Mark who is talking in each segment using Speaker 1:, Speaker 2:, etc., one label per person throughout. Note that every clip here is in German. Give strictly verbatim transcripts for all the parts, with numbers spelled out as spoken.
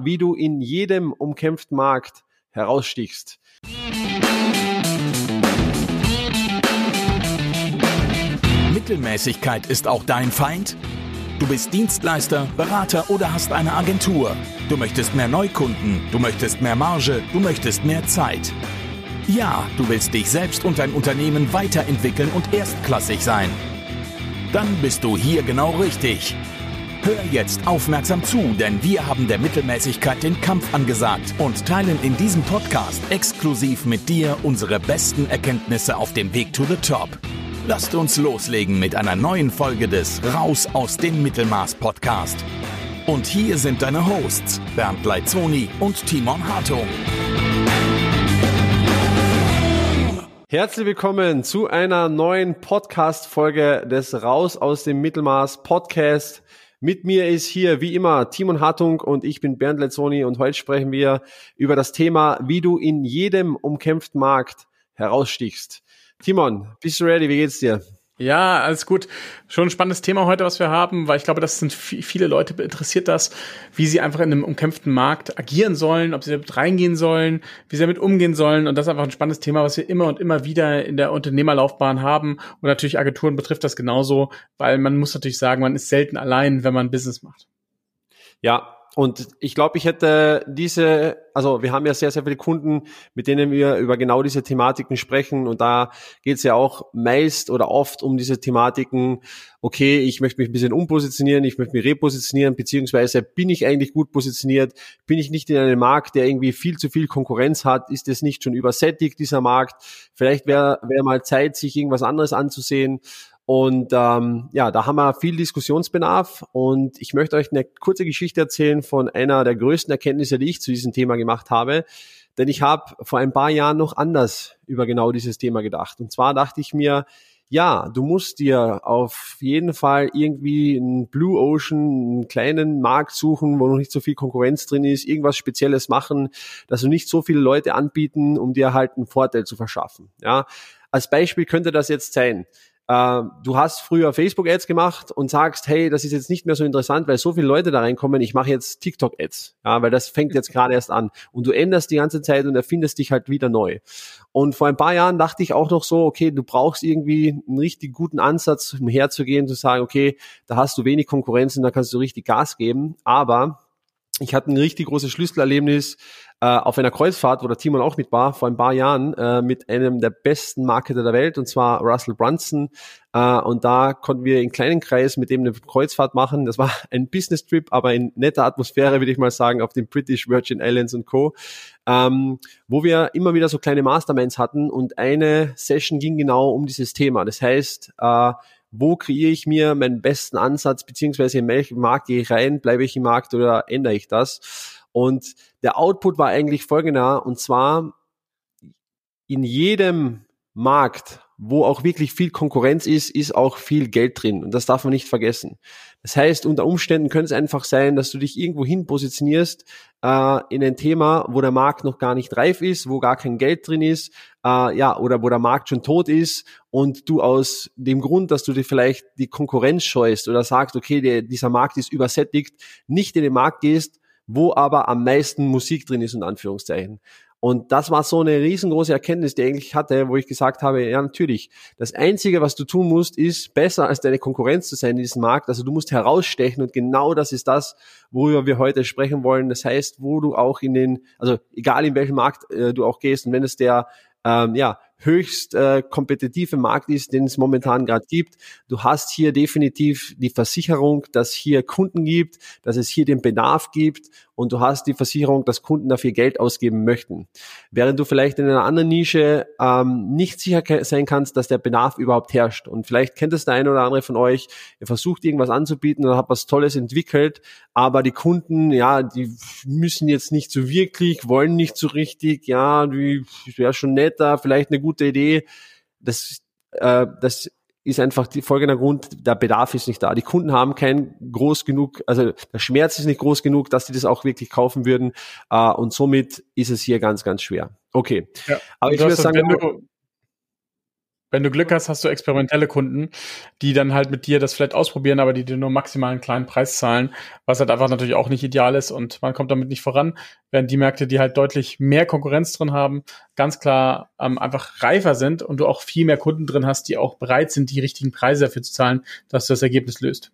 Speaker 1: wie du in jedem umkämpften Markt herausstichst.
Speaker 2: Mittelmäßigkeit ist auch dein Feind? Du bist Dienstleister, Berater oder hast eine Agentur. Du möchtest mehr Neukunden, du möchtest mehr Marge, du möchtest mehr Zeit. Ja, du willst dich selbst und dein Unternehmen weiterentwickeln und erstklassig sein. Dann bist du hier genau richtig. Hör jetzt aufmerksam zu, denn wir haben der Mittelmäßigkeit den Kampf angesagt und teilen in diesem Podcast exklusiv mit dir unsere besten Erkenntnisse auf dem Weg to the Top. Lasst uns loslegen mit einer neuen Folge des Raus aus dem Mittelmaß Podcast. Und hier sind deine Hosts Bernd Leitzoni und Timon Hartung.
Speaker 1: Herzlich willkommen zu einer neuen Podcast-Folge des Raus aus dem Mittelmaß Podcast. Mit mir ist hier wie immer Timon Hartung und ich bin Bernd Leitzoni und heute sprechen wir über das Thema, wie du in jedem umkämpften Markt herausstichst. Timon, bist du ready? Wie geht's dir?
Speaker 3: Ja, alles gut. Schon ein spannendes Thema heute, was wir haben, weil ich glaube, das sind viele Leute interessiert das, wie sie einfach in einem umkämpften Markt agieren sollen, ob sie damit reingehen sollen, wie sie damit umgehen sollen. Und das ist einfach ein spannendes Thema, was wir immer und immer wieder in der Unternehmerlaufbahn haben. Und natürlich Agenturen betrifft das genauso, weil man muss natürlich sagen, man ist selten allein, wenn man Business macht.
Speaker 1: Ja. Und ich glaube, ich hätte diese, also wir haben ja sehr, sehr viele Kunden, mit denen wir über genau diese Thematiken sprechen und da geht es ja auch meist oder oft um diese Thematiken, okay, ich möchte mich ein bisschen umpositionieren, ich möchte mich repositionieren, beziehungsweise bin ich eigentlich gut positioniert, bin ich nicht in einem Markt, der irgendwie viel zu viel Konkurrenz hat, ist es nicht schon übersättigt, dieser Markt, vielleicht wäre wäre mal Zeit, sich irgendwas anderes anzusehen. Und ähm, ja, da haben wir viel Diskussionsbedarf und ich möchte euch eine kurze Geschichte erzählen von einer der größten Erkenntnisse, die ich zu diesem Thema gemacht habe. Denn ich habe vor ein paar Jahren noch anders über genau dieses Thema gedacht. Und zwar dachte ich mir, ja, du musst dir auf jeden Fall irgendwie einen Blue Ocean, einen kleinen Markt suchen, wo noch nicht so viel Konkurrenz drin ist, irgendwas Spezielles machen, dass du nicht so viele Leute anbieten, um dir halt einen Vorteil zu verschaffen. Ja, als Beispiel könnte das jetzt sein, Uh, du hast früher Facebook-Ads gemacht und sagst, hey, das ist jetzt nicht mehr so interessant, weil so viele Leute da reinkommen, ich mache jetzt TikTok-Ads, ja, weil das fängt jetzt gerade erst an und du änderst die ganze Zeit und erfindest dich halt wieder neu. Und vor ein paar Jahren dachte ich auch noch so, okay, du brauchst irgendwie einen richtig guten Ansatz, um herzugehen, zu sagen, okay, da hast du wenig Konkurrenz und da kannst du richtig Gas geben, aber ich hatte ein richtig großes Schlüsselerlebnis äh, auf einer Kreuzfahrt, wo der Timon auch mit war, vor ein paar Jahren, äh, mit einem der besten Marketer der Welt, und zwar Russell Brunson. Äh, und da konnten wir in kleinen Kreis mit dem eine Kreuzfahrt machen. Das war ein Business-Trip, aber in netter Atmosphäre, würde ich mal sagen, auf den British Virgin Islands und Co., ähm, wo wir immer wieder so kleine Masterminds hatten. Und eine Session ging genau um dieses Thema. Das heißt, äh, wo kreiere ich mir meinen besten Ansatz, beziehungsweise in welchen Markt gehe ich rein, bleibe ich im Markt oder ändere ich das? Und der Output war eigentlich folgender, und zwar in jedem Markt, wo auch wirklich viel Konkurrenz ist, ist auch viel Geld drin und das darf man nicht vergessen. Das heißt, unter Umständen könnte es einfach sein, dass du dich irgendwo hin positionierst äh, in ein Thema, wo der Markt noch gar nicht reif ist, wo gar kein Geld drin ist, äh, ja, oder wo der Markt schon tot ist und du aus dem Grund, dass du dir vielleicht die Konkurrenz scheust oder sagst, okay, der, dieser Markt ist übersättigt, nicht in den Markt gehst, wo aber am meisten Musik drin ist, in Anführungszeichen. Und das war so eine riesengroße Erkenntnis, die ich eigentlich hatte, wo ich gesagt habe, ja natürlich, das Einzige, was du tun musst, ist besser als deine Konkurrenz zu sein in diesem Markt. Also du musst herausstechen und genau das ist das, worüber wir heute sprechen wollen. Das heißt, wo du auch in den, also egal in welchen Markt äh, du auch gehst und wenn es der ähm, ja höchst äh, kompetitive Markt ist, den es momentan gerade gibt. Du hast hier definitiv die Versicherung, dass hier Kunden gibt, dass es hier den Bedarf gibt und du hast die Versicherung, dass Kunden dafür Geld ausgeben möchten. Während du vielleicht in einer anderen Nische ähm, nicht sicher sein kannst, dass der Bedarf überhaupt herrscht. Und vielleicht kennt es der eine oder andere von euch, ihr versucht irgendwas anzubieten oder habt was Tolles entwickelt, aber die Kunden, ja, die müssen jetzt nicht so wirklich, wollen nicht so richtig, ja, die wäre schon netter, vielleicht eine gute Idee. Das, äh, das ist einfach die folgender Grund, der Bedarf ist nicht da. Die Kunden haben kein groß genug, also der Schmerz ist nicht groß genug, dass sie das auch wirklich kaufen würden äh, und somit ist es hier ganz, ganz schwer. Okay.
Speaker 3: Ja.
Speaker 1: Aber ich
Speaker 3: würde
Speaker 1: sagen,
Speaker 3: wenn du, Wenn du Glück hast, hast du experimentelle Kunden, die dann halt mit dir das vielleicht ausprobieren, aber die dir nur maximal einen kleinen Preis zahlen, was halt einfach natürlich auch nicht ideal ist und man kommt damit nicht voran, während die Märkte, die halt deutlich mehr Konkurrenz drin haben, ganz klar ähm, einfach reifer sind und du auch viel mehr Kunden drin hast, die auch bereit sind, die richtigen Preise dafür zu zahlen, dass du das Ergebnis löst.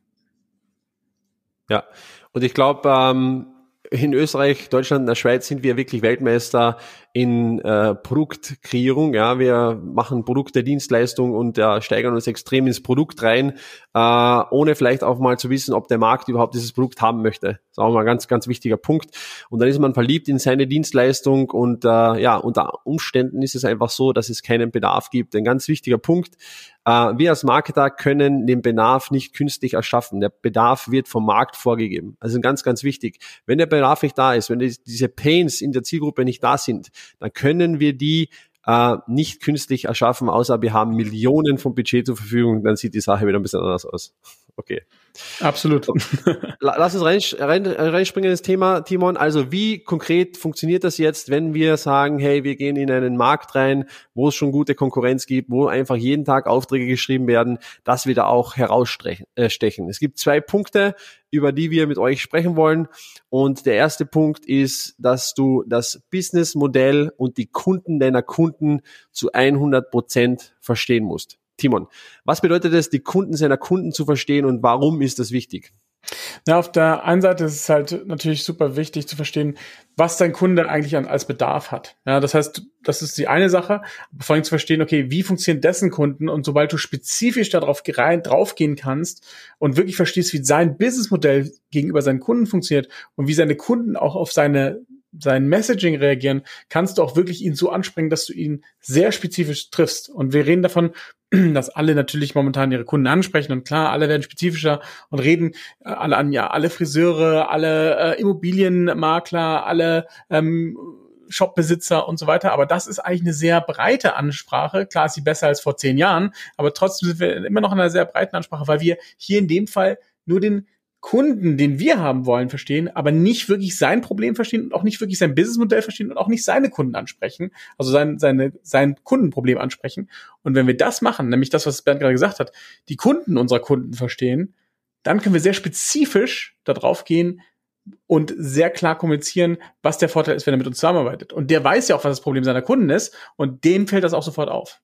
Speaker 1: Ja, und ich glaube, ähm, in Österreich, Deutschland und der Schweiz sind wir wirklich Weltmeister in äh, Produktkreierung. Ja, wir machen Produkte, Dienstleistungen und äh, steigern uns extrem ins Produkt rein, äh, ohne vielleicht auch mal zu wissen, ob der Markt überhaupt dieses Produkt haben möchte. Das ist auch mal ein ganz, ganz wichtiger Punkt. Und dann ist man verliebt in seine Dienstleistung und äh, ja, unter Umständen ist es einfach so, dass es keinen Bedarf gibt. Ein ganz wichtiger Punkt. Uh, wir als Marketer können den Bedarf nicht künstlich erschaffen. Der Bedarf wird vom Markt vorgegeben. Also ganz, ganz wichtig. Wenn der Bedarf nicht da ist, wenn die, diese Pains in der Zielgruppe nicht da sind, dann können wir die uh, nicht künstlich erschaffen, außer wir haben Millionen von Budget zur Verfügung, dann sieht die Sache wieder ein bisschen anders aus. Okay.
Speaker 3: Absolut.
Speaker 1: Lass uns rein, rein, reinspringen ins Thema, Timon. Also wie konkret funktioniert das jetzt, wenn wir sagen, hey, wir gehen in einen Markt rein, wo es schon gute Konkurrenz gibt, wo einfach jeden Tag Aufträge geschrieben werden, dass wir da auch herausstechen. Es gibt zwei Punkte, über die wir mit euch sprechen wollen. Und der erste Punkt ist, dass du das Businessmodell und die Kunden deiner Kunden zu hundert Prozent verstehen musst. Timon, was bedeutet es, die Kunden seiner Kunden zu verstehen und warum ist das wichtig?
Speaker 3: Na, auf der einen Seite ist es halt natürlich super wichtig zu verstehen, was dein Kunde eigentlich an, als Bedarf hat. Ja, das heißt, das ist die eine Sache, vor allem zu verstehen, okay, wie funktionieren dessen Kunden und sobald du spezifisch darauf rein, draufgehen kannst und wirklich verstehst, wie sein Businessmodell gegenüber seinen Kunden funktioniert und wie seine Kunden auch auf seine sein Messaging reagieren, kannst du auch wirklich ihn so ansprechen, dass du ihn sehr spezifisch triffst. Und wir reden davon, dass alle natürlich momentan ihre Kunden ansprechen und klar, alle werden spezifischer und reden äh, alle an, ja, alle Friseure, alle äh, Immobilienmakler, alle ähm, Shopbesitzer und so weiter. Aber das ist eigentlich eine sehr breite Ansprache. Klar ist sie besser als vor zehn Jahren, aber trotzdem sind wir immer noch in einer sehr breiten Ansprache, weil wir hier in dem Fall nur den Kunden, den wir haben wollen, verstehen, aber nicht wirklich sein Problem verstehen und auch nicht wirklich sein Businessmodell verstehen und auch nicht seine Kunden ansprechen, also sein, seine, sein Kundenproblem ansprechen. Und wenn wir das machen, nämlich das, was Bernd gerade gesagt hat, die Kunden unserer Kunden verstehen, dann können wir sehr spezifisch da drauf gehen und sehr klar kommunizieren, was der Vorteil ist, wenn er mit uns zusammenarbeitet. Und der weiß ja auch, was das Problem seiner Kunden ist und dem fällt das auch sofort auf.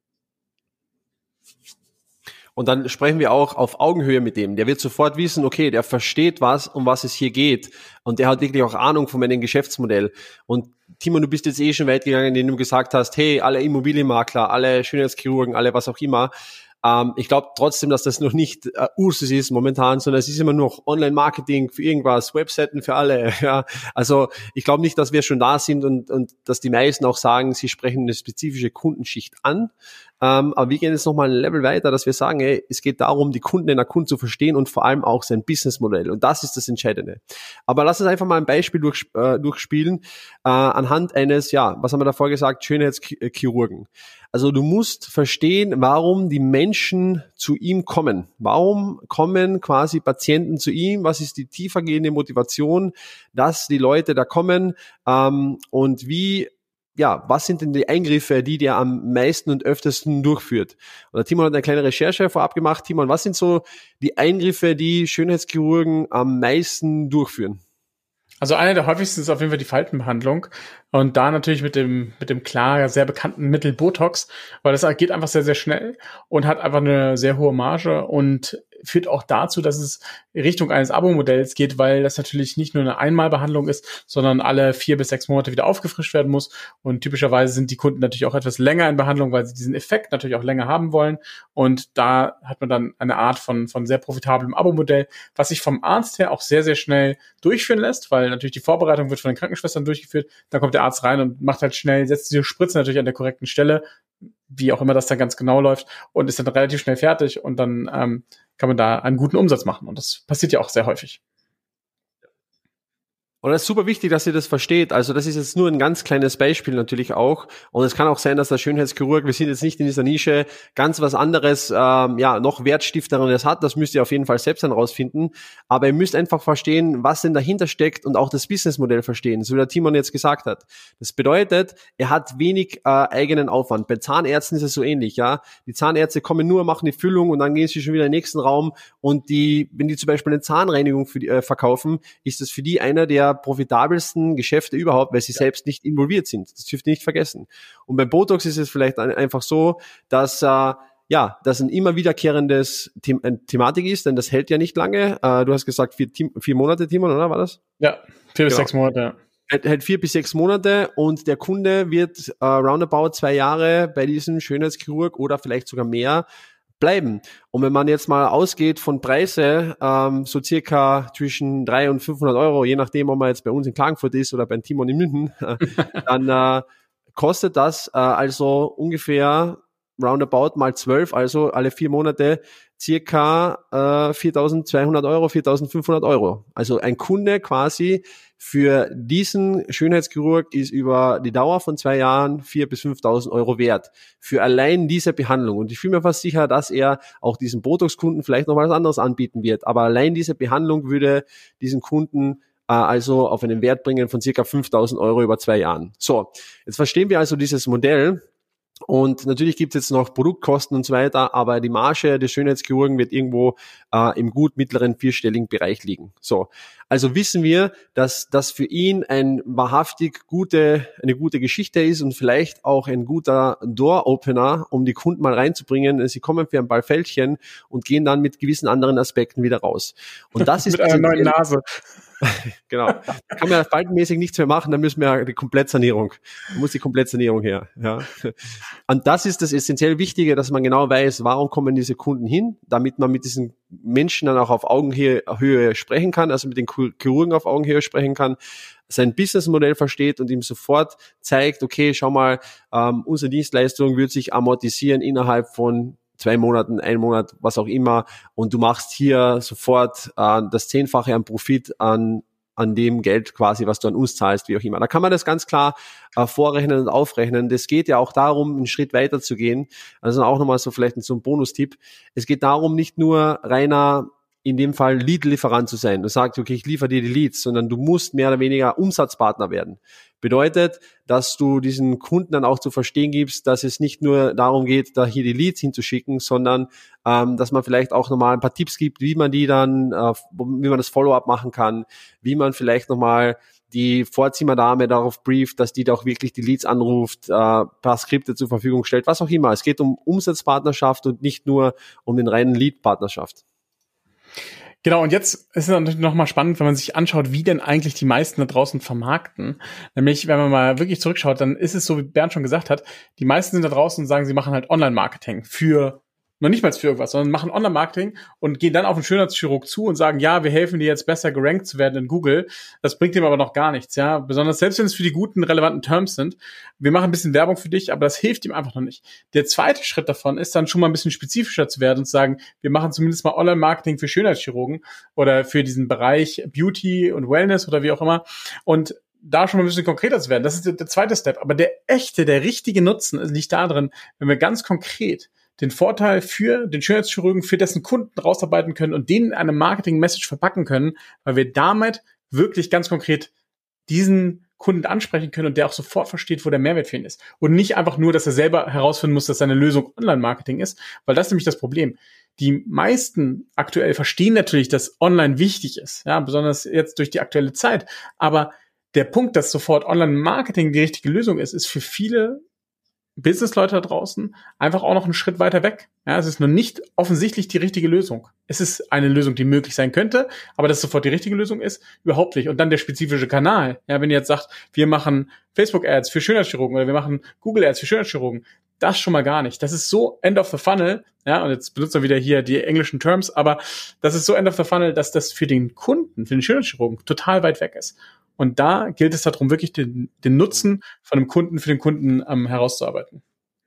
Speaker 1: Und dann sprechen wir auch auf Augenhöhe mit dem. Der wird sofort wissen, okay, der versteht was, um was es hier geht. Und der hat wirklich auch Ahnung von meinem Geschäftsmodell. Und Timon, du bist jetzt eh schon weit gegangen, indem du gesagt hast, hey, alle Immobilienmakler, alle Schönheitschirurgen, alle was auch immer. Ähm, ich glaube trotzdem, dass das noch nicht äh, Usus ist momentan, sondern es ist immer noch Online-Marketing für irgendwas, Webseiten für alle. Ja. Also ich glaube nicht, dass wir schon da sind und, und dass die meisten auch sagen, sie sprechen eine spezifische Kundenschicht an. Ähm, aber wir gehen jetzt nochmal ein Level weiter, dass wir sagen, hey, es geht darum, die Kunden einer Kunden zu verstehen und vor allem auch sein Businessmodell. Und das ist das Entscheidende. Aber lass uns einfach mal ein Beispiel durch, äh, durchspielen äh, anhand eines, ja, was haben wir davor gesagt, Schönheitschirurgen. Also du musst verstehen, warum die Menschen zu ihm kommen. Warum kommen quasi Patienten zu ihm? Was ist die tiefergehende Motivation, dass die Leute da kommen? Ähm, und wie Ja, was sind denn die Eingriffe, die der am meisten und öftesten durchführt? Oder Timon hat eine kleine Recherche vorab gemacht. Timon, was sind so die Eingriffe, die Schönheitschirurgen am meisten durchführen?
Speaker 3: Also einer der häufigsten ist auf jeden Fall die Faltenbehandlung und da natürlich mit dem mit dem klar sehr bekannten Mittel Botox, weil das geht einfach sehr, sehr schnell und hat einfach eine sehr hohe Marge und führt auch dazu, dass es Richtung eines Abo-Modells geht, weil das natürlich nicht nur eine Einmalbehandlung ist, sondern alle vier bis sechs Monate wieder aufgefrischt werden muss. Und typischerweise sind die Kunden natürlich auch etwas länger in Behandlung, weil sie diesen Effekt natürlich auch länger haben wollen. Und da hat man dann eine Art von von sehr profitablem Abo-Modell, was sich vom Arzt her auch sehr, sehr schnell durchführen lässt, weil natürlich die Vorbereitung wird von den Krankenschwestern durchgeführt. Dann kommt der Arzt rein und macht halt schnell, setzt diese Spritze natürlich an der korrekten Stelle, wie auch immer das dann ganz genau läuft, und ist dann relativ schnell fertig und dann ähm, kann man da einen guten Umsatz machen. Und das passiert ja auch sehr häufig.
Speaker 1: Und das ist super wichtig, dass ihr das versteht. Also das ist jetzt nur ein ganz kleines Beispiel natürlich auch. Und es kann auch sein, dass der Schönheitschirurg, wir sind jetzt nicht in dieser Nische, ganz was anderes, ähm, ja, noch Wertstifterendes hat. Das müsst ihr auf jeden Fall selbst dann rausfinden. Aber ihr müsst einfach verstehen, was denn dahinter steckt und auch das Businessmodell verstehen, so wie der Timon jetzt gesagt hat. Das bedeutet, er hat wenig äh, eigenen Aufwand. Bei Zahnärzten ist es so ähnlich, ja. Die Zahnärzte kommen nur, machen die Füllung und dann gehen sie schon wieder in den nächsten Raum. Und die, wenn die zum Beispiel eine Zahnreinigung für die, äh, verkaufen, ist das für die einer der profitabelsten Geschäfte überhaupt, weil sie ja. selbst nicht involviert sind. Das dürft ihr nicht vergessen. Und beim Botox ist es vielleicht einfach so, dass äh, ja, das ein immer wiederkehrendes The- eine Thematik ist, denn das hält ja nicht lange. Äh, du hast gesagt vier, vier Monate, Timon, oder war das?
Speaker 3: Ja, vier bis
Speaker 1: genau.
Speaker 3: sechs Monate, ja.
Speaker 1: Hält, hält vier bis sechs Monate und der Kunde wird äh, roundabout zwei Jahre bei diesem Schönheitschirurg oder vielleicht sogar mehr bleiben. Und wenn man jetzt mal ausgeht von Preise, ähm, so circa zwischen dreihundert und fünfhundert Euro, je nachdem, ob man jetzt bei uns in Klagenfurt ist oder beim Timon in München, äh, dann äh, kostet das äh, also ungefähr roundabout mal zwölf, also alle vier Monate circa äh, viertausendzweihundert Euro, viertausendfünfhundert Euro. Also ein Kunde quasi für diesen Schönheitschirurg ist über die Dauer von zwei Jahren viertausend bis fünftausend Euro wert. Für allein diese Behandlung. Und ich bin mir fast sicher, dass er auch diesen Botox-Kunden vielleicht noch was anderes anbieten wird. Aber allein diese Behandlung würde diesen Kunden äh, also auf einen Wert bringen von circa fünftausend Euro über zwei Jahren. So, jetzt verstehen wir also dieses Modell. Und natürlich gibt es jetzt noch Produktkosten und so weiter, aber die Marge des Schönheitschirurgen wird irgendwo äh, im gut mittleren vierstelligen Bereich liegen. So, also wissen wir, dass das für ihn ein wahrhaftig gute, eine gute Geschichte ist und vielleicht auch ein guter Door-Opener, um die Kunden mal reinzubringen. Sie kommen für ein paar Fältchen und gehen dann mit gewissen anderen Aspekten wieder raus. Und das ist
Speaker 3: mit einer neuen Nase.
Speaker 1: Genau. Da kann man ja faltenmäßig nichts mehr machen, dann müssen wir die Komplettsanierung, da muss die Komplettsanierung her. Ja. Und das ist das essentiell Wichtige, dass man genau weiß, warum kommen diese Kunden hin, damit man mit diesen Menschen dann auch auf Augenhöhe Höhe sprechen kann, also mit den Chirurgen auf Augenhöhe sprechen kann, sein Businessmodell versteht und ihm sofort zeigt, okay, schau mal, ähm, unsere Dienstleistung wird sich amortisieren innerhalb von zwei Monaten, ein Monat, was auch immer, und du machst hier sofort äh, das Zehnfache an Profit an an dem Geld quasi, was du an uns zahlst, wie auch immer. Da kann man das ganz klar äh, vorrechnen und aufrechnen. Das geht ja auch darum, einen Schritt weiter zu gehen. Also auch nochmal so vielleicht so ein Bonustipp. Es geht darum, nicht nur reiner in dem Fall Lead-Lieferant zu sein. Du sagst, okay, ich liefere dir die Leads, sondern du musst mehr oder weniger Umsatzpartner werden. Bedeutet, dass du diesen Kunden dann auch zu verstehen gibst, dass es nicht nur darum geht, da hier die Leads hinzuschicken, sondern ähm, dass man vielleicht auch nochmal ein paar Tipps gibt, wie man die dann, äh, wie man das Follow-up machen kann, wie man vielleicht nochmal die Vorzimmerdame darauf brieft, dass die da auch wirklich die Leads anruft, äh, paar Skripte zur Verfügung stellt, was auch immer. Es geht um Umsatzpartnerschaft und nicht nur um den reinen Lead-Partnerschaft.
Speaker 3: Genau, und jetzt ist es natürlich nochmal spannend, wenn man sich anschaut, wie denn eigentlich die meisten da draußen vermarkten. Nämlich, wenn man mal wirklich zurückschaut, dann ist es so, wie Bernd schon gesagt hat, die meisten sind da draußen und sagen, sie machen halt Online-Marketing für, noch nicht mal für irgendwas, sondern machen Online-Marketing und gehen dann auf einen Schönheitschirurg zu und sagen, ja, wir helfen dir jetzt besser gerankt zu werden in Google. Das bringt dem aber noch gar nichts, ja. Besonders selbst wenn es für die guten, relevanten Terms sind. Wir machen ein bisschen Werbung für dich, aber das hilft ihm einfach noch nicht. Der zweite Schritt davon ist dann schon mal ein bisschen spezifischer zu werden und zu sagen, wir machen zumindest mal Online-Marketing für Schönheitschirurgen oder für diesen Bereich Beauty und Wellness oder wie auch immer. Und da schon mal ein bisschen konkreter zu werden. Das ist der zweite Step. Aber der echte, der richtige Nutzen liegt da drin, wenn wir ganz konkret den Vorteil für den Schönheitschirurgen, für dessen Kunden rausarbeiten können und denen eine Marketing-Message verpacken können, weil wir damit wirklich ganz konkret diesen Kunden ansprechen können und der auch sofort versteht, wo der Mehrwert für ihn ist. Und nicht einfach nur, dass er selber herausfinden muss, dass seine Lösung Online-Marketing ist, weil das ist nämlich das Problem. Die meisten aktuell verstehen natürlich, dass Online wichtig ist, ja, besonders jetzt durch die aktuelle Zeit. Aber der Punkt, dass sofort Online-Marketing die richtige Lösung ist, ist für viele Businessleute da draußen einfach auch noch einen Schritt weiter weg. Ja, es ist noch nicht offensichtlich die richtige Lösung. Es ist eine Lösung, die möglich sein könnte, aber dass es sofort die richtige Lösung ist, überhaupt nicht. Und dann der spezifische Kanal. Ja, wenn ihr jetzt sagt, wir machen Facebook-Ads für Schönheitschirurgen oder wir machen Google-Ads für Schönheitschirurgen, das schon mal gar nicht. Das ist so End of the Funnel. Ja, und jetzt benutzt er wieder hier die englischen Terms, aber das ist so End of the Funnel, dass das für den Kunden, für den Schönheitschirurgen total weit weg ist. Und da gilt es darum, wirklich den, den Nutzen von dem Kunden für den Kunden ähm, herauszuarbeiten.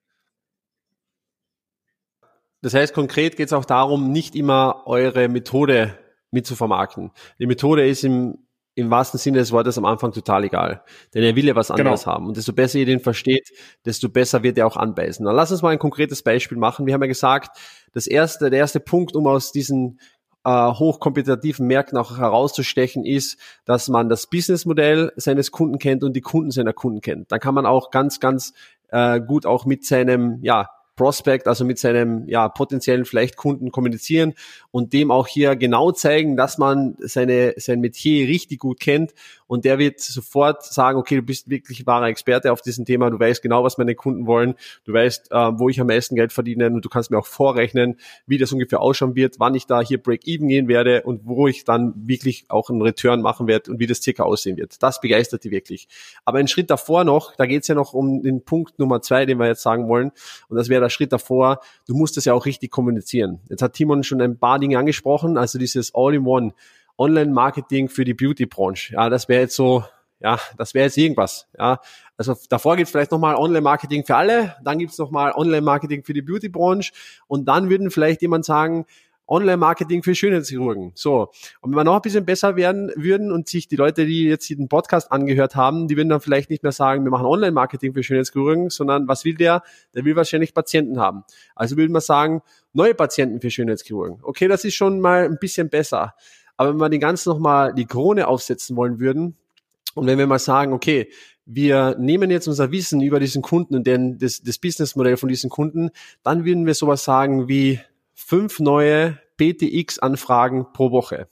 Speaker 1: Das heißt, konkret geht es auch darum, nicht immer eure Methode mitzuvermarkten. Die Methode ist im im wahrsten Sinne des Wortes am Anfang total egal. Denn er will ja was anderes
Speaker 3: Genau.
Speaker 1: haben. Und desto besser ihr den versteht, desto besser wird er auch anbeißen. Dann lass uns mal ein konkretes Beispiel machen. Wir haben ja gesagt, das erste, der erste Punkt, um aus diesen äh, hochkompetitiven Märkten auch herauszustechen, ist, dass man das Businessmodell seines Kunden kennt und die Kunden seiner Kunden kennt. Dann kann man auch ganz, ganz äh, gut auch mit seinem, ja, Prospect, also mit seinem ja potenziellen vielleicht Kunden kommunizieren und dem auch hier genau zeigen, dass man seine sein Metier richtig gut kennt und der wird sofort sagen, okay, du bist wirklich wahrer Experte auf diesem Thema, du weißt genau, was meine Kunden wollen, du weißt, äh, wo ich am meisten Geld verdiene und du kannst mir auch vorrechnen, wie das ungefähr ausschauen wird, wann ich da hier Break-Even gehen werde und wo ich dann wirklich auch einen Return machen werde und wie das circa aussehen wird. Das begeistert die wirklich. Aber einen Schritt davor noch, da geht es ja noch um den Punkt Nummer zwei, den wir jetzt sagen wollen und das wäre der Schritt davor, du musst das ja auch richtig kommunizieren. Jetzt hat Timon schon ein paar Dinge angesprochen, also dieses All-in-One, Online-Marketing für die Beauty-Branche. Ja, das wäre jetzt so, ja, das wäre jetzt irgendwas. Ja, also davor gibt es vielleicht nochmal Online-Marketing für alle, dann gibt es nochmal Online-Marketing für die Beauty-Branche und dann würden vielleicht jemand sagen, Online-Marketing für Schönheitschirurgen. So. Und wenn wir noch ein bisschen besser werden würden und sich die Leute, die jetzt den Podcast angehört haben, die würden dann vielleicht nicht mehr sagen, wir machen Online-Marketing für Schönheitschirurgen, sondern was will der? Der will wahrscheinlich Patienten haben. Also würden wir sagen, neue Patienten für Schönheitschirurgen. Okay, das ist schon mal ein bisschen besser. Aber wenn wir den ganzen nochmal die Krone aufsetzen wollen würden und wenn wir mal sagen, okay, wir nehmen jetzt unser Wissen über diesen Kunden und den, das, das Businessmodell von diesen Kunden, dann würden wir sowas sagen wie fünf neue P T X-Anfragen pro Woche.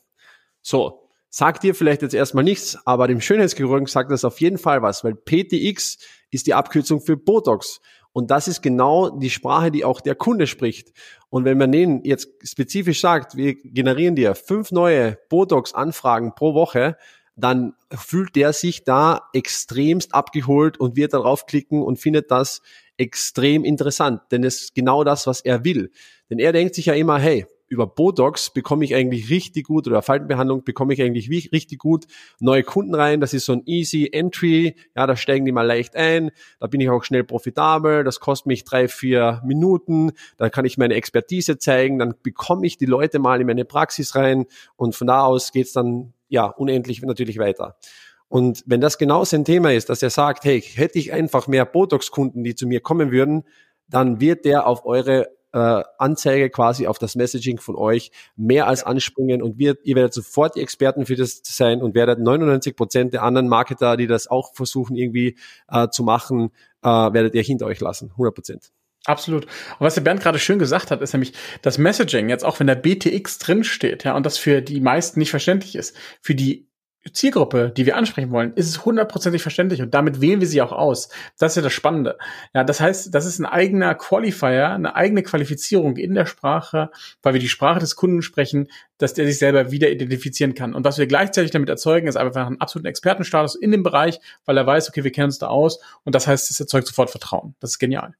Speaker 1: So, sagt dir vielleicht jetzt erstmal nichts, aber dem Schönheitschirurgen sagt das auf jeden Fall was, weil P T X ist die Abkürzung für Botox. Und das ist genau die Sprache, die auch der Kunde spricht. Und wenn man denen jetzt spezifisch sagt, wir generieren dir fünf neue Botox-Anfragen pro Woche, dann fühlt der sich da extremst abgeholt und wird darauf klicken und findet das extrem interessant, denn es ist genau das, was er will. Denn er denkt sich ja immer, hey, über Botox bekomme ich eigentlich richtig gut oder Faltenbehandlung bekomme ich eigentlich richtig gut neue Kunden rein. Das ist so ein easy Entry. Ja, da steigen die mal leicht ein. Da bin ich auch schnell profitabel. Das kostet mich drei, vier Minuten. Da kann ich meine Expertise zeigen. Dann bekomme ich die Leute mal in meine Praxis rein und von da aus geht's dann ja unendlich natürlich weiter. Und wenn das genau sein Thema ist, dass er sagt, hey, hätte ich einfach mehr Botox-Kunden, die zu mir kommen würden, dann wird der auf eure äh, Anzeige quasi, auf das Messaging von euch mehr als anspringen und wird, ihr werdet sofort die Experten für das sein und werdet neunundneunzig Prozent der anderen Marketer, die das auch versuchen irgendwie äh, zu machen, äh, werdet ihr hinter euch lassen, hundert Prozent.
Speaker 3: Absolut. Und was der Bernd gerade schön gesagt hat, ist nämlich das Messaging, jetzt auch wenn der B T X drinsteht, ja, und das für die meisten nicht verständlich ist, für die Zielgruppe, die wir ansprechen wollen, ist es hundertprozentig verständlich und damit wählen wir sie auch aus. Das ist ja das Spannende. Ja, das heißt, das ist ein eigener Qualifier, eine eigene Qualifizierung in der Sprache, weil wir die Sprache des Kunden sprechen, dass der sich selber wieder identifizieren kann. Und was wir gleichzeitig damit erzeugen, ist einfach einen absoluten Expertenstatus in dem Bereich, weil er weiß, okay, wir kennen uns da aus und das heißt, es erzeugt sofort Vertrauen. Das ist genial.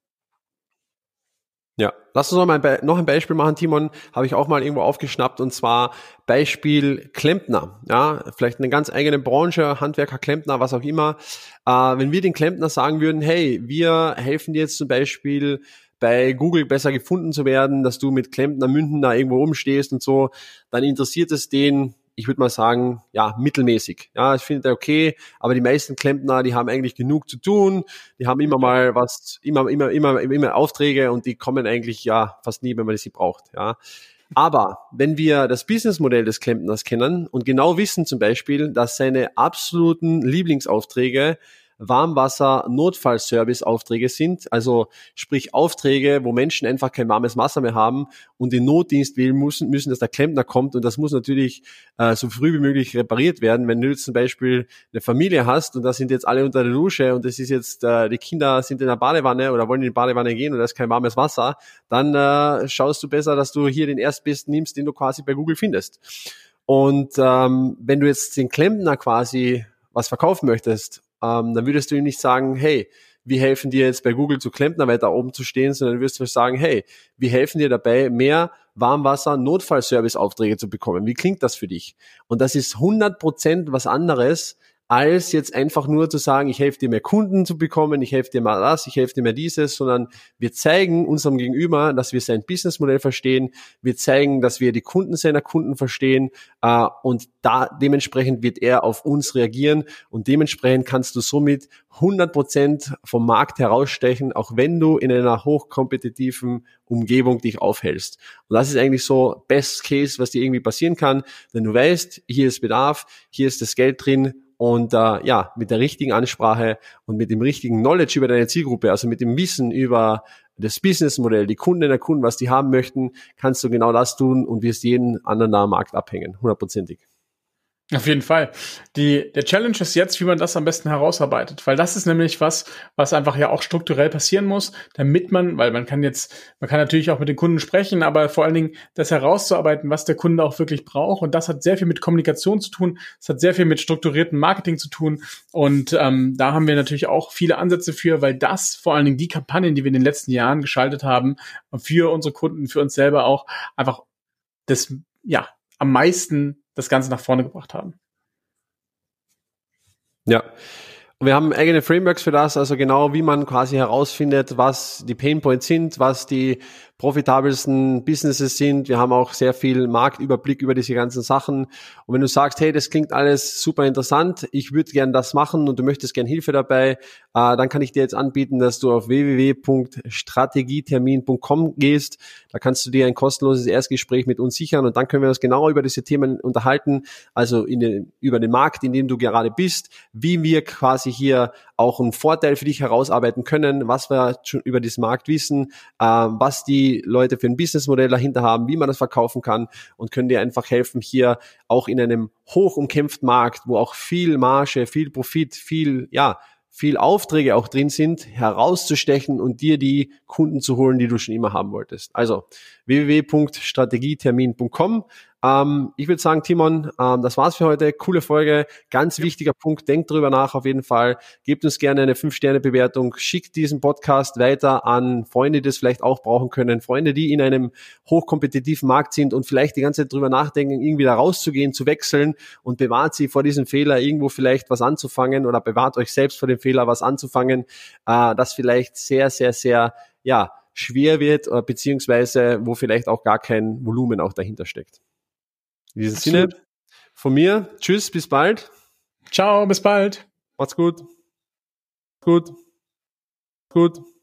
Speaker 1: Ja, lass uns noch mal ein, Be- noch ein Beispiel machen, Timon, habe ich auch mal irgendwo aufgeschnappt und zwar Beispiel Klempner, ja, vielleicht eine ganz eigene Branche, Handwerker, Klempner, was auch immer. Äh, wenn wir den Klempner sagen würden, hey, wir helfen dir jetzt zum Beispiel bei Google besser gefunden zu werden, dass du mit Klempner Münden da irgendwo rumstehst und so, dann interessiert es den, ich würde mal sagen, ja, mittelmäßig. Ja, ich finde okay, aber die meisten Klempner, die haben eigentlich genug zu tun, die haben immer mal was, immer, immer, immer, immer Aufträge und die kommen eigentlich ja fast nie, wenn man sie braucht, ja. Aber wenn wir das Businessmodell des Klempners kennen und genau wissen zum Beispiel, dass seine absoluten Lieblingsaufträge Warmwasser-Notfallservice-Aufträge sind, also sprich Aufträge, wo Menschen einfach kein warmes Wasser mehr haben und den Notdienst wählen müssen, müssen, dass der Klempner kommt und das muss natürlich äh, so früh wie möglich repariert werden. Wenn du jetzt zum Beispiel eine Familie hast und da sind jetzt alle unter der Dusche und das ist jetzt, äh, die Kinder sind in der Badewanne oder wollen in die Badewanne gehen und da ist kein warmes Wasser, dann äh, schaust du besser, dass du hier den Erstbesten nimmst, den du quasi bei Google findest. Und ähm, wenn du jetzt den Klempner quasi was verkaufen möchtest, Ähm, dann würdest du ihm nicht sagen, hey, wir helfen dir jetzt bei Google zu Klempner weiter oben zu stehen, sondern würdest du sagen, hey, wir helfen dir dabei, mehr Warmwasser-Notfallservice-Aufträge zu bekommen. Wie klingt das für dich? Und das ist hundert Prozent was anderes, als jetzt einfach nur zu sagen, ich helfe dir mehr Kunden zu bekommen, ich helfe dir mal das, ich helfe dir mehr dieses, sondern wir zeigen unserem Gegenüber, dass wir sein Businessmodell verstehen, wir zeigen, dass wir die Kunden seiner Kunden verstehen äh, und da dementsprechend wird er auf uns reagieren und dementsprechend kannst du somit hundert Prozent vom Markt herausstechen, auch wenn du in einer hochkompetitiven Umgebung dich aufhältst. Und das ist eigentlich so Best Case, was dir irgendwie passieren kann, denn du weißt, hier ist Bedarf, hier ist das Geld drin und äh, ja, mit der richtigen Ansprache und mit dem richtigen Knowledge über deine Zielgruppe, also mit dem Wissen über das Businessmodell, die Kunden der Kunden, was die haben möchten, kannst du genau das tun und wirst jeden anderen da am Markt abhängen, hundertprozentig.
Speaker 3: Auf jeden Fall. Die, der Challenge ist jetzt, wie man das am besten herausarbeitet, weil das ist nämlich was, was einfach ja auch strukturell passieren muss, damit man, weil man kann jetzt, man kann natürlich auch mit den Kunden sprechen, aber vor allen Dingen das herauszuarbeiten, was der Kunde auch wirklich braucht und das hat sehr viel mit Kommunikation zu tun, es hat sehr viel mit strukturiertem Marketing zu tun und ähm, da haben wir natürlich auch viele Ansätze für, weil das vor allen Dingen die Kampagnen, die wir in den letzten Jahren geschaltet haben, für unsere Kunden, für uns selber auch einfach das, ja, am meisten das Ganze nach vorne gebracht haben.
Speaker 1: Ja, wir haben eigene Frameworks für das, also genau wie man quasi herausfindet, was die Painpoints sind, was die profitabelsten Businesses sind. Wir haben auch sehr viel Marktüberblick über diese ganzen Sachen. Und wenn du sagst, hey, das klingt alles super interessant, ich würde gern das machen und du möchtest gern Hilfe dabei, äh, dann kann ich dir jetzt anbieten, dass du auf w w w punkt strategietermin punkt com gehst. Da kannst du dir ein kostenloses Erstgespräch mit uns sichern und dann können wir uns genauer über diese Themen unterhalten, also in den, über den Markt, in dem du gerade bist, wie wir quasi hier auch einen Vorteil für dich herausarbeiten können, was wir schon über diesen Markt wissen, äh, was die Leute für ein Businessmodell dahinter haben, wie man das verkaufen kann und können dir einfach helfen, hier auch in einem hoch umkämpften Markt, wo auch viel Marge, viel Profit, viel, ja, viel Aufträge auch drin sind, herauszustechen und dir die Kunden zu holen, die du schon immer haben wolltest. Also w w w punkt strategietermin punkt com. Ähm, ich würde sagen, Timon, ähm, das war's für heute. Coole Folge, ganz ja. wichtiger Punkt. Denkt drüber nach auf jeden Fall. Gebt uns gerne eine fünf Sterne Bewertung. Schickt diesen Podcast weiter an Freunde, die das vielleicht auch brauchen können. Freunde, die in einem hochkompetitiven Markt sind und vielleicht die ganze Zeit drüber nachdenken, irgendwie da rauszugehen, zu wechseln und bewahrt sie vor diesem Fehler, irgendwo vielleicht was anzufangen oder bewahrt euch selbst vor dem Fehler, was anzufangen, äh, das vielleicht sehr, sehr, sehr, ja, schwer wird, beziehungsweise wo vielleicht auch gar kein Volumen auch dahinter steckt. In diesem Sinne, von mir, tschüss, bis bald.
Speaker 3: Ciao, bis bald.
Speaker 1: Macht's gut. Gut. Gut.